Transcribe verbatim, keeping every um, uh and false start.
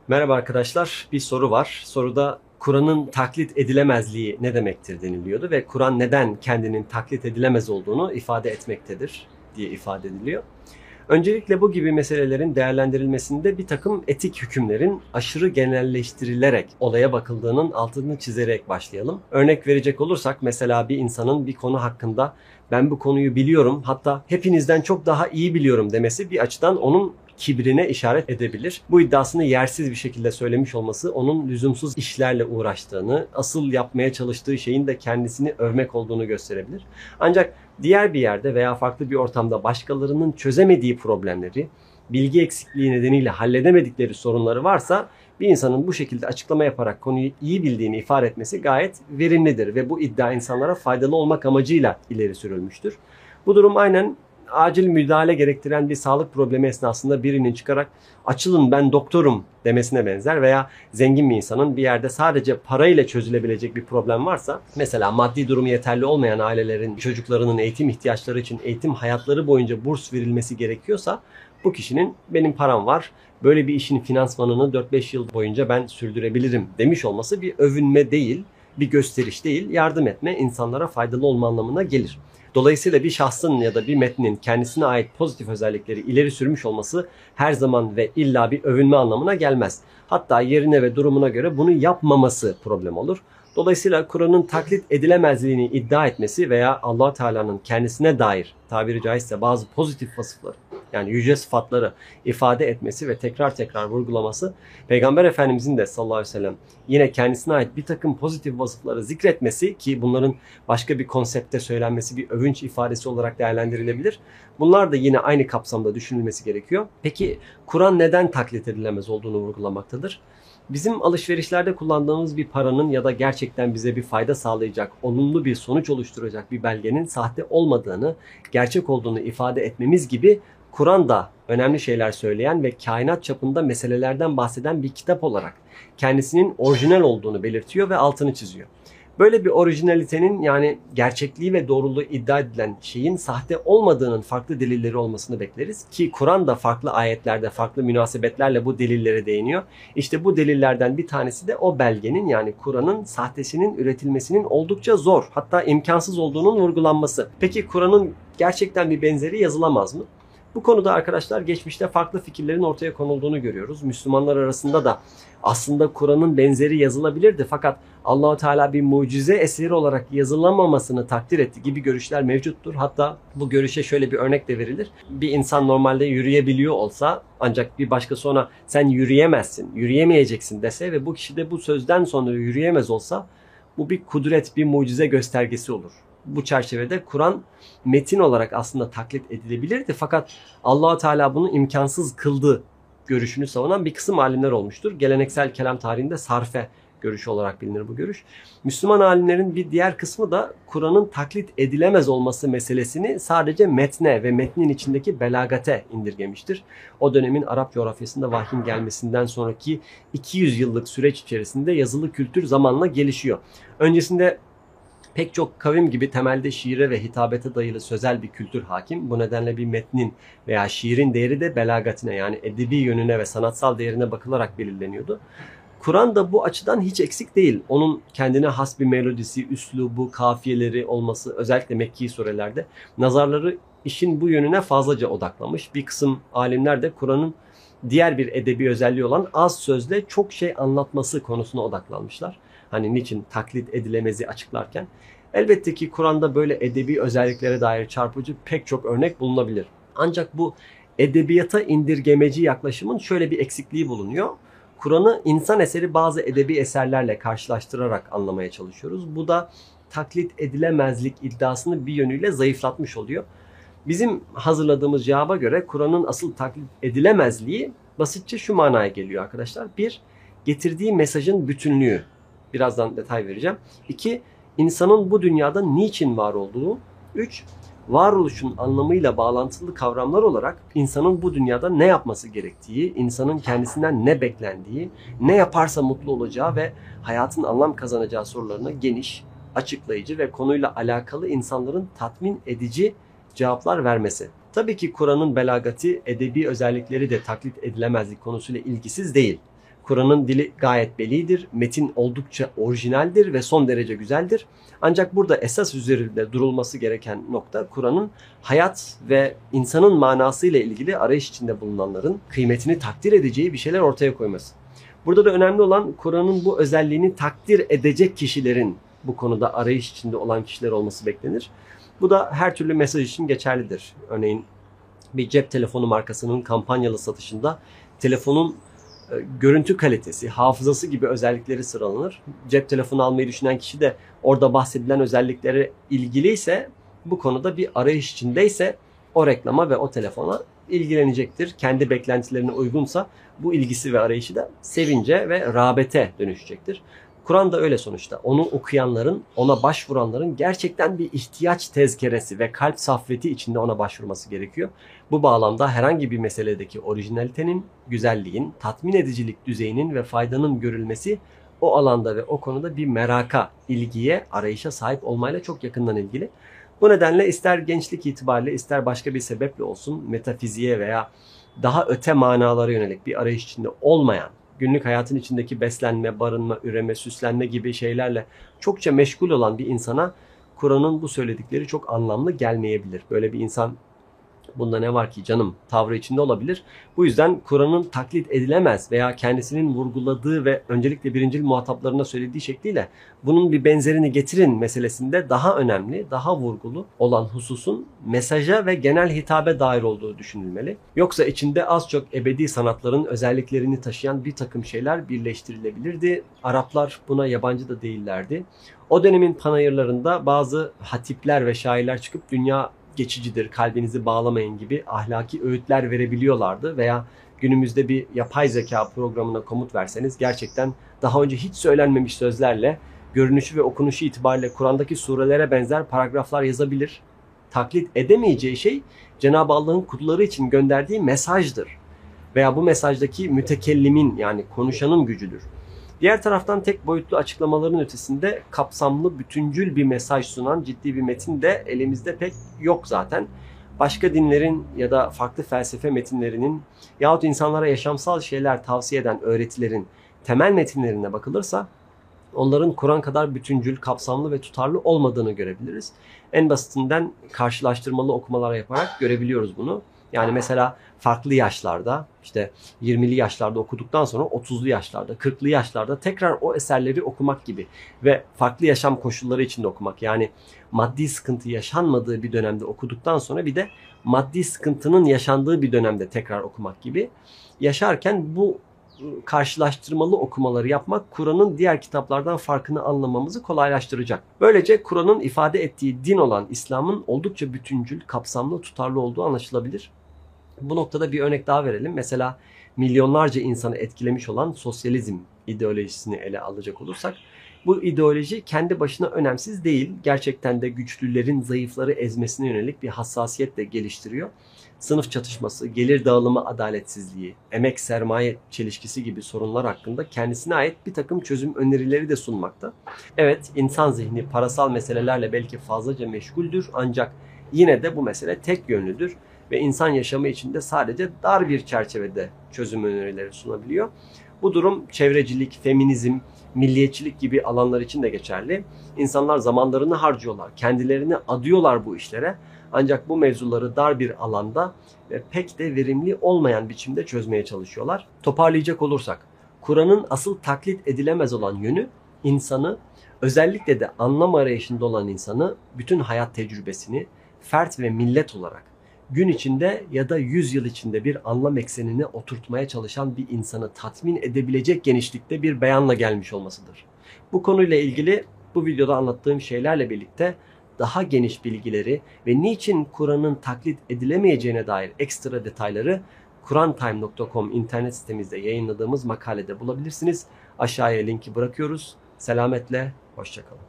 Merhaba arkadaşlar, bir soru var. Soruda Kur'an'ın taklit edilemezliği ne demektir deniliyordu ve Kur'an neden kendinin taklit edilemez olduğunu ifade etmektedir diye ifade ediliyor. Öncelikle bu gibi meselelerin değerlendirilmesinde bir takım etik hükümlerin aşırı genelleştirilerek olaya bakıldığının altını çizerek başlayalım. Örnek verecek olursak mesela bir insanın bir konu hakkında ben bu konuyu biliyorum, hatta hepinizden çok daha iyi biliyorum demesi bir açıdan onun kibrine işaret edebilir. Bu iddiasını yersiz bir şekilde söylemiş olması onun lüzumsuz işlerle uğraştığını, asıl yapmaya çalıştığı şeyin de kendisini övmek olduğunu gösterebilir. Ancak diğer bir yerde veya farklı bir ortamda başkalarının çözemediği problemleri, bilgi eksikliği nedeniyle halledemedikleri sorunları varsa bir insanın bu şekilde açıklama yaparak konuyu iyi bildiğini ifade etmesi gayet verimlidir ve bu iddia insanlara faydalı olmak amacıyla ileri sürülmüştür. Bu durum aynen acil müdahale gerektiren bir sağlık problemi esnasında birinin çıkarak açılın ben doktorum demesine benzer veya zengin bir insanın bir yerde sadece parayla çözülebilecek bir problem varsa, mesela maddi durumu yeterli olmayan ailelerin çocuklarının eğitim ihtiyaçları için eğitim hayatları boyunca burs verilmesi gerekiyorsa bu kişinin benim param var, böyle bir işin finansmanını dört beş yıl boyunca ben sürdürebilirim demiş olması bir övünme değil, bir gösteriş değil, yardım etme, insanlara faydalı olma anlamına gelir. Dolayısıyla bir şahsın ya da bir metnin kendisine ait pozitif özellikleri ileri sürmüş olması her zaman ve illa bir övünme anlamına gelmez. Hatta yerine ve durumuna göre bunu yapmaması problem olur. Dolayısıyla Kur'an'ın taklit edilemezliğini iddia etmesi veya Allah Teala'nın kendisine dair tabiri caizse bazı pozitif vasıfları, yani yüce sıfatları ifade etmesi ve tekrar tekrar vurgulaması, Peygamber Efendimizin de sallallahu aleyhi ve sellem yine kendisine ait bir takım pozitif vasıfları zikretmesi, ki bunların başka bir konsepte söylenmesi bir övünç ifadesi olarak değerlendirilebilir. Bunlar da yine aynı kapsamda düşünülmesi gerekiyor. Peki Kur'an neden taklit edilemez olduğunu vurgulamaktadır? Bizim alışverişlerde kullandığımız bir paranın ya da gerçekten bize bir fayda sağlayacak, olumlu bir sonuç oluşturacak bir belgenin sahte olmadığını, gerçek olduğunu ifade etmemiz gibi Kur'an da önemli şeyler söyleyen ve kainat çapında meselelerden bahseden bir kitap olarak kendisinin orijinal olduğunu belirtiyor ve altını çiziyor. Böyle bir orijinalitenin, yani gerçekliği ve doğruluğu iddia edilen şeyin sahte olmadığının farklı delilleri olmasını bekleriz. Ki Kur'an da farklı ayetlerde, farklı münasebetlerle bu delillere değiniyor. İşte bu delillerden bir tanesi de o belgenin, yani Kur'an'ın sahtesinin üretilmesinin oldukça zor, hatta imkansız olduğunun vurgulanması. Peki Kur'an'ın gerçekten bir benzeri yazılamaz mı? Bu konuda arkadaşlar geçmişte farklı fikirlerin ortaya konulduğunu görüyoruz. Müslümanlar arasında da aslında Kur'an'ın benzeri yazılabilirdi fakat Allah-u Teala bir mucize eseri olarak yazılamamasını takdir etti gibi görüşler mevcuttur. Hatta bu görüşe şöyle bir örnek de verilir. Bir insan normalde yürüyebiliyor olsa ancak bir başkası ona sen yürüyemezsin, yürüyemeyeceksin dese ve bu kişi de bu sözden sonra yürüyemez olsa bu bir kudret, bir mucize göstergesi olur. Bu çerçevede Kur'an metin olarak aslında taklit edilebilirdi fakat Allah-u Teala bunu imkansız kıldı görüşünü savunan bir kısım alimler olmuştur. Geleneksel kelam tarihinde sarfe görüşü olarak bilinir bu görüş. Müslüman alimlerin bir diğer kısmı da Kur'an'ın taklit edilemez olması meselesini sadece metne ve metnin içindeki belagate indirgemiştir. O dönemin Arap coğrafyasında vahyin gelmesinden sonraki iki yüz yıllık süreç içerisinde yazılı kültür zamanla gelişiyor. Öncesinde pek çok kavim gibi temelde şiire ve hitabete dayalı sözel bir kültür hakim. Bu nedenle bir metnin veya şiirin değeri de belagatine, yani edebi yönüne ve sanatsal değerine bakılarak belirleniyordu. Kur'an da bu açıdan hiç eksik değil. Onun kendine has bir melodisi, üslubu, kafiyeleri olması, özellikle Mekki surelerde nazarları işin bu yönüne fazlaca odaklamış. Bir kısım alimler de Kur'an'ın diğer bir edebi özelliği olan az sözle çok şey anlatması konusuna odaklanmışlar. Hani niçin taklit edilemezi açıklarken. Elbette ki Kur'an'da böyle edebi özelliklere dair çarpıcı pek çok örnek bulunabilir. Ancak bu edebiyata indirgemeci yaklaşımın şöyle bir eksikliği bulunuyor. Kur'an'ı insan eseri bazı edebi eserlerle karşılaştırarak anlamaya çalışıyoruz. Bu da taklit edilemezlik iddiasını bir yönüyle zayıflatmış oluyor. Bizim hazırladığımız cevaba göre Kur'an'ın asıl taklit edilemezliği basitçe şu manaya geliyor arkadaşlar. Bir, getirdiği mesajın bütünlüğü. Birazdan detay vereceğim. İki, insanın bu dünyada niçin var olduğu. Üç, varoluşun anlamıyla bağlantılı kavramlar olarak insanın bu dünyada ne yapması gerektiği, insanın kendisinden ne beklendiği, ne yaparsa mutlu olacağı ve hayatın anlam kazanacağı sorularına geniş, açıklayıcı ve konuyla alakalı insanların tatmin edici cevaplar vermesi. Tabii ki Kur'an'ın belagati, edebi özellikleri de taklit edilemezlik konusuyla ilgisiz değil. Kur'an'ın dili gayet belidir, metin oldukça orijinaldir ve son derece güzeldir. Ancak burada esas üzerinde durulması gereken nokta Kur'an'ın hayat ve insanın manasıyla ilgili arayış içinde bulunanların kıymetini takdir edeceği bir şeyler ortaya koyması. Burada da önemli olan Kur'an'ın bu özelliğini takdir edecek kişilerin bu konuda arayış içinde olan kişiler olması beklenir. Bu da her türlü mesaj için geçerlidir. Örneğin bir cep telefonu markasının kampanyalı satışında telefonun görüntü kalitesi, hafızası gibi özellikleri sıralanır. Cep telefonu almayı düşünen kişi de orada bahsedilen özelliklere ilgiliyse, bu konuda bir arayış içindeyse o reklama ve o telefona ilgilenecektir. Kendi beklentilerine uygunsa bu ilgisi ve arayışı da sevince ve rağbete dönüşecektir. Kur'an da öyle sonuçta. Onu okuyanların, ona başvuranların gerçekten bir ihtiyaç tezkeresi ve kalp saffeti içinde ona başvurması gerekiyor. Bu bağlamda herhangi bir meseledeki orijinalitenin, güzelliğin, tatmin edicilik düzeyinin ve faydanın görülmesi o alanda ve o konuda bir meraka, ilgiye, arayışa sahip olmayla çok yakından ilgili. Bu nedenle ister gençlik itibariyle ister başka bir sebeple olsun metafiziğe veya daha öte manalara yönelik bir arayış içinde olmayan, günlük hayatın içindeki beslenme, barınma, üreme, süslenme gibi şeylerle çokça meşgul olan bir insana Kur'an'ın bu söyledikleri çok anlamlı gelmeyebilir. Böyle bir insan bunda ne var ki canım tavrı içinde olabilir. Bu yüzden Kur'an'ın taklit edilemez veya kendisinin vurguladığı ve öncelikle birincil muhataplarına söylediği şekliyle bunun bir benzerini getirin meselesinde daha önemli, daha vurgulu olan hususun mesaja ve genel hitabe dair olduğu düşünülmeli. Yoksa içinde az çok ebedi sanatların özelliklerini taşıyan bir takım şeyler birleştirilebilirdi. Araplar buna yabancı da değillerdi. O dönemin panayırlarında bazı hatipler ve şairler çıkıp dünya geçicidir, kalbinizi bağlamayın gibi ahlaki öğütler verebiliyorlardı veya günümüzde bir yapay zeka programına komut verseniz gerçekten daha önce hiç söylenmemiş sözlerle görünüşü ve okunuşu itibariyle Kur'an'daki surelere benzer paragraflar yazabilir. Taklit edemeyeceği şey Cenab-ı Allah'ın kulları için gönderdiği mesajdır veya bu mesajdaki mütekellimin yani konuşanın gücüdür. Diğer taraftan tek boyutlu açıklamaların ötesinde kapsamlı, bütüncül bir mesaj sunan ciddi bir metin de elimizde pek yok zaten. Başka dinlerin ya da farklı felsefe metinlerinin yahut insanlara yaşamsal şeyler tavsiye eden öğretilerin temel metinlerine bakılırsa onların Kur'an kadar bütüncül, kapsamlı ve tutarlı olmadığını görebiliriz. En basitinden karşılaştırmalı okumalar yaparak görebiliyoruz bunu. Yani mesela farklı yaşlarda işte yirmili yaşlarda okuduktan sonra otuzlu yaşlarda, kırklı yaşlarda tekrar o eserleri okumak gibi ve farklı yaşam koşulları içinde okumak. Yani maddi sıkıntı yaşanmadığı bir dönemde okuduktan sonra bir de maddi sıkıntının yaşandığı bir dönemde tekrar okumak gibi yaşarken bu karşılaştırmalı okumaları yapmak Kur'an'ın diğer kitaplardan farkını anlamamızı kolaylaştıracak. Böylece Kur'an'ın ifade ettiği din olan İslam'ın oldukça bütüncül, kapsamlı, tutarlı olduğu anlaşılabilir. Bu noktada bir örnek daha verelim. Mesela milyonlarca insanı etkilemiş olan sosyalizm ideolojisini ele alacak olursak, bu ideoloji kendi başına önemsiz değil. Gerçekten de güçlülerin zayıfları ezmesine yönelik bir hassasiyet de geliştiriyor. Sınıf çatışması, gelir dağılımı adaletsizliği, emek sermaye çelişkisi gibi sorunlar hakkında kendisine ait bir takım çözüm önerileri de sunmakta. Evet, insan zihni parasal meselelerle belki fazlaca meşguldür ancak yine de bu mesele tek yönlüdür ve insan yaşamı içinde sadece dar bir çerçevede çözüm önerileri sunabiliyor. Bu durum çevrecilik, feminizm, milliyetçilik gibi alanlar için de geçerli. İnsanlar zamanlarını harcıyorlar, kendilerini adıyorlar bu işlere. Ancak bu mevzuları dar bir alanda ve pek de verimli olmayan biçimde çözmeye çalışıyorlar. Toparlayacak olursak, Kur'an'ın asıl taklit edilemez olan yönü insanı, özellikle de anlam arayışında olan insanı, bütün hayat tecrübesini fert ve millet olarak gün içinde ya da yüz yıl içinde bir anlam eksenine oturtmaya çalışan bir insanı tatmin edebilecek genişlikte bir beyanla gelmiş olmasıdır. Bu konuyla ilgili bu videoda anlattığım şeylerle birlikte daha geniş bilgileri ve niçin Kur'an'ın taklit edilemeyeceğine dair ekstra detayları kurantime nokta com internet sitemizde yayınladığımız makalede bulabilirsiniz. Aşağıya linki bırakıyoruz. Selametle, hoşça kalın.